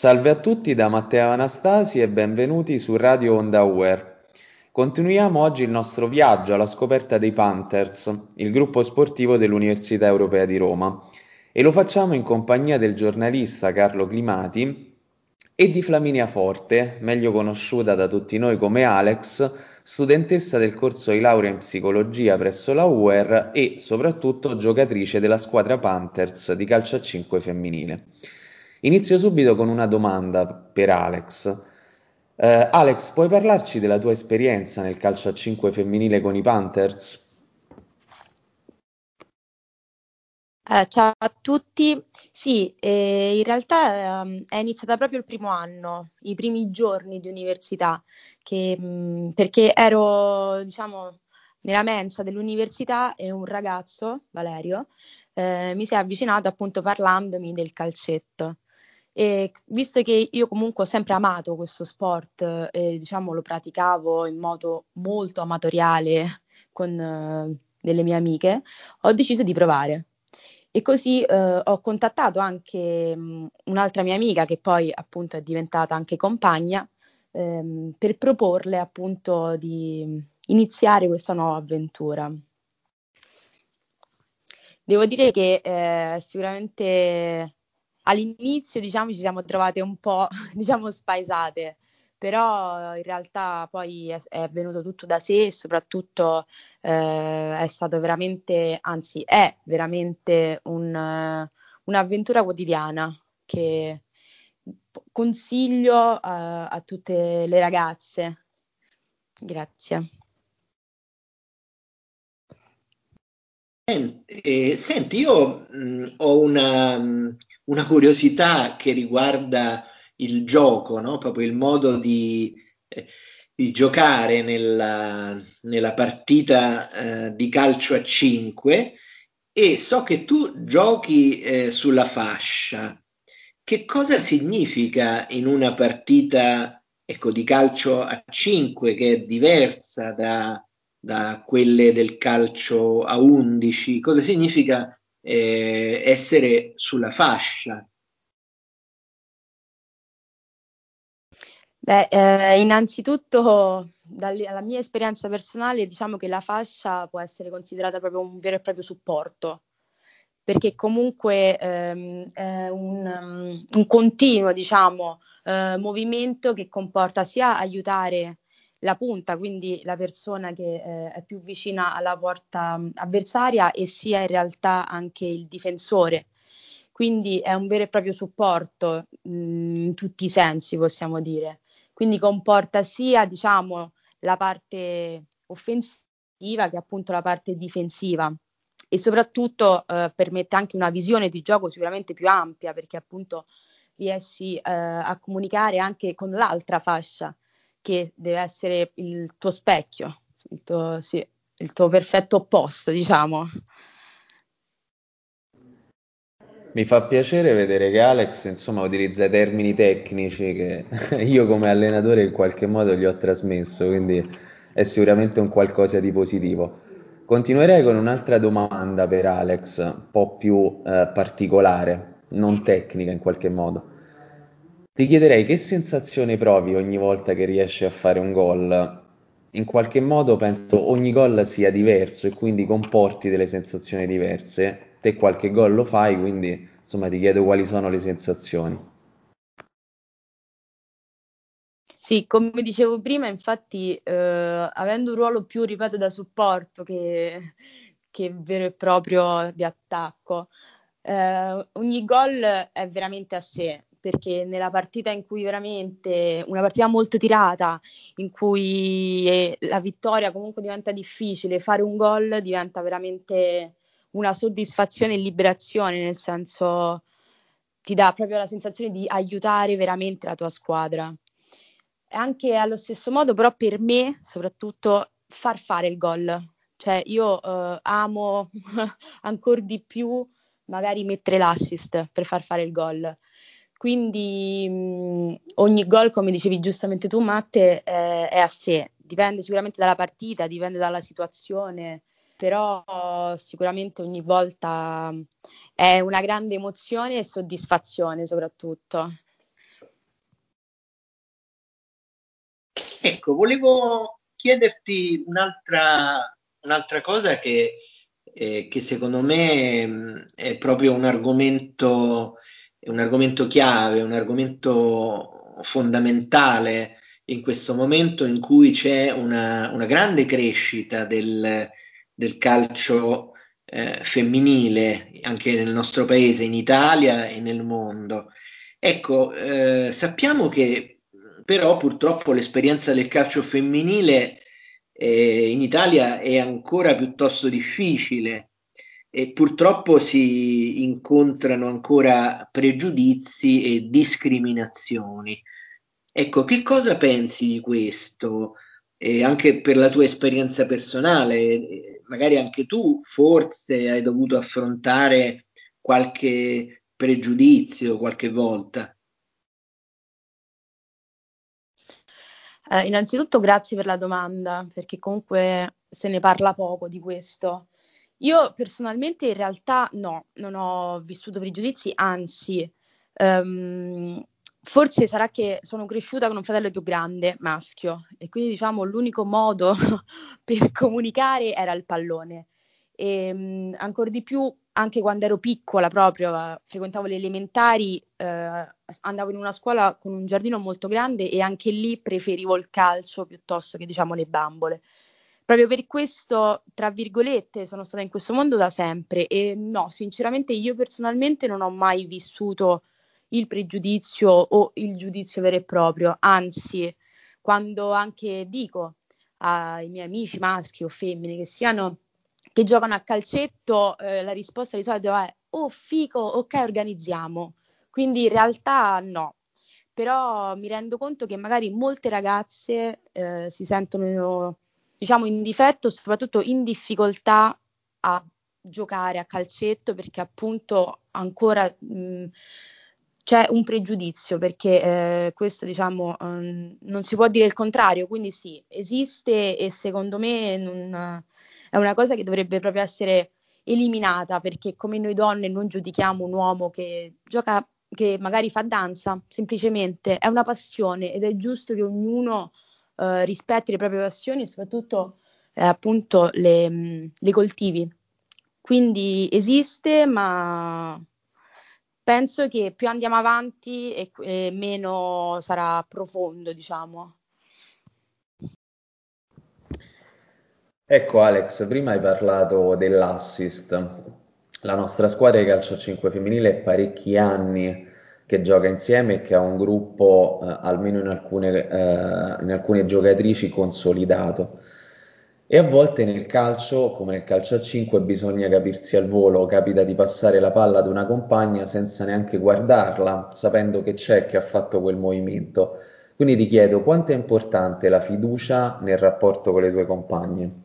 Salve a tutti da Matteo Anastasi e benvenuti su Radio Onda Uer. Continuiamo oggi il nostro viaggio alla scoperta dei Panthers, il gruppo sportivo dell'Università Europea di Roma, e lo facciamo in compagnia del giornalista Carlo Climati e di Flaminia Forte, meglio conosciuta da tutti noi come Alex, studentessa del corso di laurea in psicologia presso la UER e soprattutto giocatrice della squadra Panthers di calcio a 5 femminile. Inizio subito con una domanda per Alex. Alex, puoi parlarci della tua esperienza nel calcio a 5 femminile con i Panthers? Ciao a tutti. Sì, in realtà è iniziata proprio il primo anno, i primi giorni di università, perché ero, diciamo, nella mensa dell'università e un ragazzo, Valerio, mi si è avvicinato appunto parlandomi del calcetto. E visto che io comunque ho sempre amato questo sport, e diciamo lo praticavo in modo molto amatoriale con delle mie amiche, ho deciso di provare. E così ho contattato anche un'altra mia amica che poi appunto è diventata anche compagna per proporle appunto di iniziare questa nuova avventura. Devo dire che sicuramente all'inizio diciamo ci siamo trovate un po' diciamo spaesate, però in realtà poi è venuto tutto da sé e soprattutto è stato veramente, anzi è veramente un'avventura quotidiana che consiglio a tutte le ragazze. Grazie. Senti, io ho una curiosità che riguarda il gioco, no? Proprio il modo di giocare nella partita di calcio a 5 e so che tu giochi sulla fascia. Che cosa significa in una partita, ecco, di calcio a 5 che è diversa da quelle del calcio a 11? Cosa significa essere sulla fascia? Beh, innanzitutto dalla mia esperienza personale, diciamo che la fascia può essere considerata proprio un vero e proprio supporto, perché comunque è un continuo, diciamo, movimento che comporta sia aiutare la punta, quindi la persona che è più vicina alla porta avversaria, e sia in realtà anche il difensore. Quindi è un vero e proprio supporto, in tutti i sensi, possiamo dire. Quindi comporta sia, diciamo, la parte offensiva che appunto la parte difensiva, e soprattutto permette anche una visione di gioco sicuramente più ampia, perché appunto riesci a comunicare anche con l'altra fascia, che deve essere il tuo specchio, sì, il tuo perfetto opposto, diciamo. Mi fa piacere vedere che Alex, insomma, utilizza termini tecnici che io come allenatore in qualche modo gli ho trasmesso, quindi è sicuramente un qualcosa di positivo. Continuerei con un'altra domanda per Alex, un po' più particolare, non tecnica in qualche modo. Ti chiederei che sensazione provi ogni volta che riesci a fare un gol. In qualche modo penso ogni gol sia diverso e quindi comporti delle sensazioni diverse. Te qualche gol lo fai, quindi insomma ti chiedo quali sono le sensazioni. Sì, come dicevo prima, infatti, avendo un ruolo più, ripeto, da supporto che vero e proprio di attacco, ogni gol è veramente a sé, perché nella partita in cui veramente, una partita molto tirata, in cui la vittoria comunque diventa difficile, fare un gol diventa veramente una soddisfazione e liberazione, nel senso ti dà proprio la sensazione di aiutare veramente la tua squadra. E anche allo stesso modo, però, per me, soprattutto, far fare il gol. Cioè, io amo ancora di più magari mettere l'assist per far fare il gol. Quindi ogni gol, come dicevi giustamente tu, Matte, è a sé. Dipende sicuramente dalla partita, dipende dalla situazione, però sicuramente ogni volta è una grande emozione e soddisfazione soprattutto. Ecco, volevo chiederti un'altra cosa che secondo me è proprio è un argomento chiave, un argomento fondamentale in questo momento in cui c'è una grande crescita del calcio femminile anche nel nostro paese, in Italia e nel mondo. Ecco, sappiamo che però purtroppo l'esperienza del calcio femminile in Italia è ancora piuttosto difficile e purtroppo si incontrano ancora pregiudizi e discriminazioni. Ecco, che cosa pensi di questo? Anche per la tua esperienza personale, magari anche tu forse hai dovuto affrontare qualche pregiudizio qualche volta. Innanzitutto grazie per la domanda, perché comunque se ne parla poco di questo. Io personalmente in realtà no, non ho vissuto pregiudizi, anzi, ehm, forse sarà che sono cresciuta con un fratello più grande, maschio, e quindi diciamo l'unico modo per comunicare era il pallone. E ancora di più, anche quando ero piccola, proprio frequentavo le elementari, andavo in una scuola con un giardino molto grande e anche lì preferivo il calcio piuttosto che, diciamo, le bambole. Proprio per questo, tra virgolette, sono stata in questo mondo da sempre e no, sinceramente io personalmente non ho mai vissuto il pregiudizio o il giudizio vero e proprio, anzi, quando anche dico ai miei amici maschi o femmine che giocano a calcetto, la risposta di solito è oh fico, ok, organizziamo. Quindi in realtà no, però mi rendo conto che magari molte ragazze si sentono, diciamo, in difetto, soprattutto in difficoltà a giocare a calcetto perché appunto ancora c'è un pregiudizio, perché questo diciamo non si può dire il contrario, quindi sì, esiste e secondo me è una cosa che dovrebbe proprio essere eliminata, perché come noi donne non giudichiamo un uomo che gioca, che magari fa danza, semplicemente è una passione ed è giusto che ognuno rispetti le proprie passioni e soprattutto appunto le coltivi. Quindi esiste, ma penso che più andiamo avanti e meno sarà profondo, diciamo. Ecco Alex, prima hai parlato dell'assist. La nostra squadra di calcio a 5 femminile è parecchi anni che gioca insieme e che ha un gruppo, almeno in alcune giocatrici, consolidato. E a volte nel calcio, come nel calcio a 5, bisogna capirsi al volo, capita di passare la palla ad una compagna senza neanche guardarla, sapendo che c'è che ha fatto quel movimento. Quindi ti chiedo quanto è importante la fiducia nel rapporto con le tue compagne?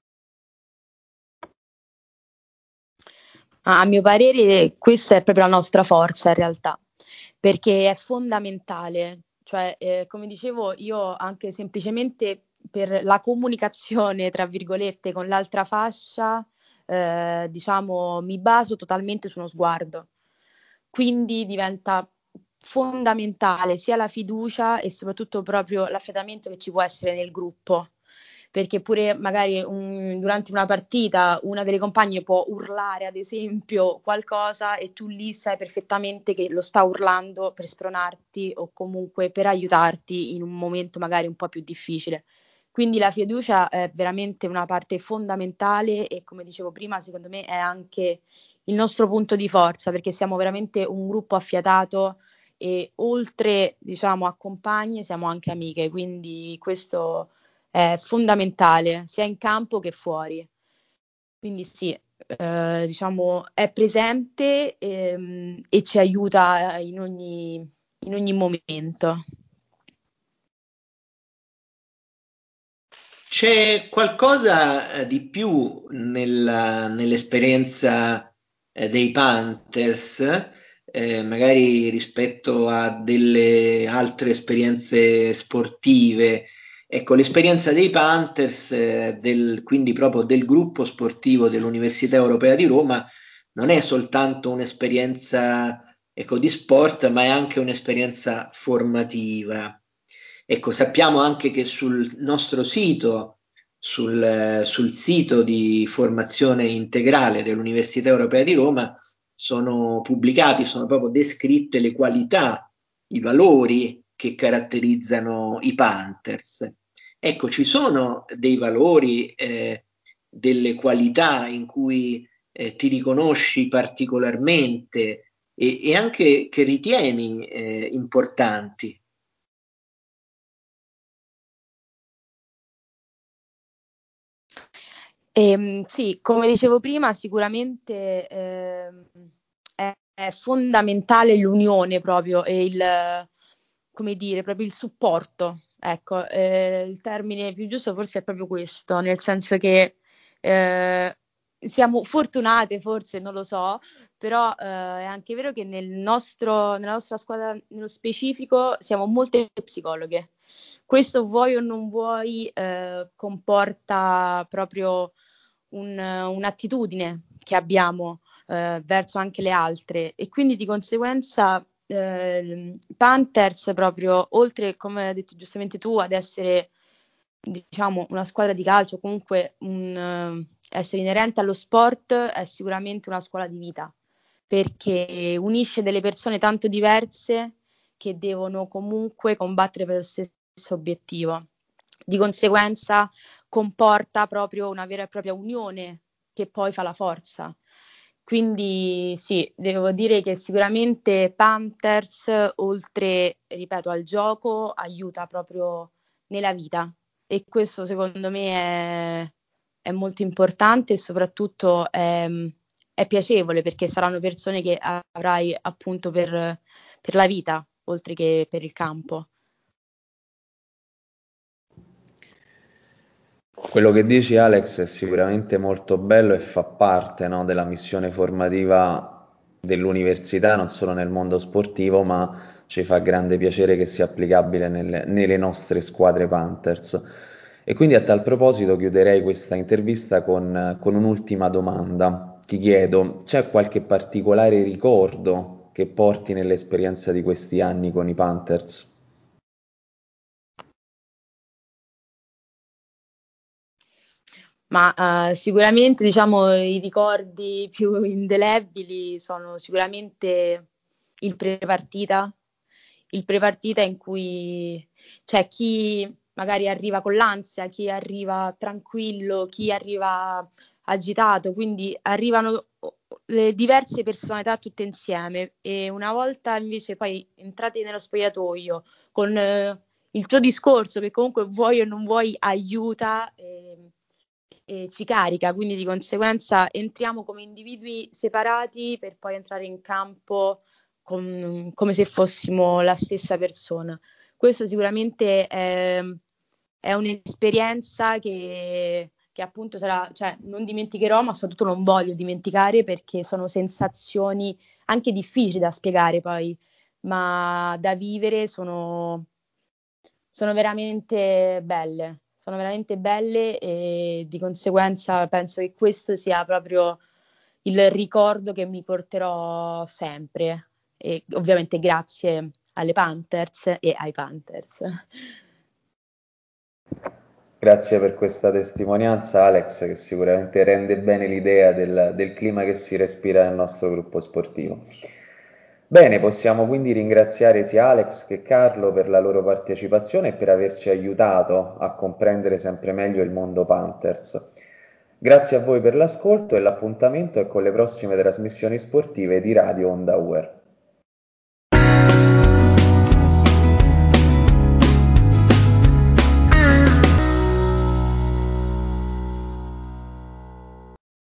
A mio parere, questa è proprio la nostra forza in realtà, perché è fondamentale. Cioè, come dicevo, io anche semplicemente per la comunicazione, tra virgolette, con l'altra fascia, diciamo, mi baso totalmente su uno sguardo. Quindi diventa fondamentale sia la fiducia e soprattutto proprio l'affidamento che ci può essere nel gruppo, perché pure magari durante una partita una delle compagne può urlare ad esempio qualcosa e tu lì sai perfettamente che lo sta urlando per spronarti o comunque per aiutarti in un momento magari un po' più difficile. Quindi la fiducia è veramente una parte fondamentale e come dicevo prima, secondo me è anche il nostro punto di forza perché siamo veramente un gruppo affiatato e oltre, diciamo, a compagne siamo anche amiche, quindi questo è fondamentale sia in campo che fuori. Quindi sì, diciamo, è presente e ci aiuta in ogni momento. C'è qualcosa di più nell'esperienza dei Panthers, magari rispetto a delle altre esperienze sportive? Ecco, l'esperienza dei Panthers, quindi proprio del gruppo sportivo dell'Università Europea di Roma, non è soltanto un'esperienza, ecco, di sport, ma è anche un'esperienza formativa. Ecco, sappiamo anche che sul nostro sito, sul sito di formazione integrale dell'Università Europea di Roma, sono pubblicati, sono proprio descritte le qualità, i valori che caratterizzano i Panthers. Ecco, ci sono dei valori, delle qualità in cui ti riconosci particolarmente e anche che ritieni importanti. Sì, come dicevo prima, sicuramente è fondamentale l'unione proprio e come dire, proprio il supporto. Ecco, il termine più giusto forse è proprio questo, nel senso che siamo fortunate, forse, non lo so, però è anche vero che nella nostra squadra, nello specifico, siamo molte psicologhe. Questo vuoi o non vuoi, comporta proprio un'attitudine che abbiamo verso anche le altre e quindi di conseguenza Panthers proprio, oltre, come hai detto giustamente tu, ad essere diciamo una squadra di calcio, comunque essere inerente allo sport, è sicuramente una scuola di vita, perché unisce delle persone tanto diverse che devono comunque combattere per lo stesso obiettivo. Di conseguenza comporta proprio una vera e propria unione che poi fa la forza. Quindi sì, devo dire che sicuramente Panthers, oltre, ripeto, al gioco, aiuta proprio nella vita e questo secondo me è molto importante e soprattutto è piacevole perché saranno persone che avrai appunto per la vita, oltre che per il campo. Quello che dici Alex è sicuramente molto bello e fa parte, no, della missione formativa dell'università, non solo nel mondo sportivo, ma ci fa grande piacere che sia applicabile nelle nostre squadre Panthers. E quindi a tal proposito chiuderei questa intervista con un'ultima domanda. Ti chiedo, c'è qualche particolare ricordo che porti nell'esperienza di questi anni con i Panthers? Ma sicuramente diciamo i ricordi più indelebili sono sicuramente il pre-partita, il pre-partita in cui c'è chi magari arriva con l'ansia, chi arriva tranquillo, chi arriva agitato, quindi arrivano le diverse personalità tutte insieme e una volta invece poi entrati nello spogliatoio con il tuo discorso che comunque vuoi o non vuoi aiuta e ci carica, quindi di conseguenza entriamo come individui separati per poi entrare in campo come se fossimo la stessa persona. Questo sicuramente è un'esperienza che appunto sarà, cioè non dimenticherò, ma soprattutto non voglio dimenticare perché sono sensazioni anche difficili da spiegare poi, ma da vivere sono veramente belle. Sono veramente belle e di conseguenza penso che questo sia proprio il ricordo che mi porterò sempre. E ovviamente grazie alle Panthers e ai Panthers. Grazie per questa testimonianza, Alex, che sicuramente rende bene l'idea del clima che si respira nel nostro gruppo sportivo. Bene, possiamo quindi ringraziare sia Alex che Carlo per la loro partecipazione e per averci aiutato a comprendere sempre meglio il mondo Panthers. Grazie a voi per l'ascolto e l'appuntamento è con le prossime trasmissioni sportive di Radio Onda UR.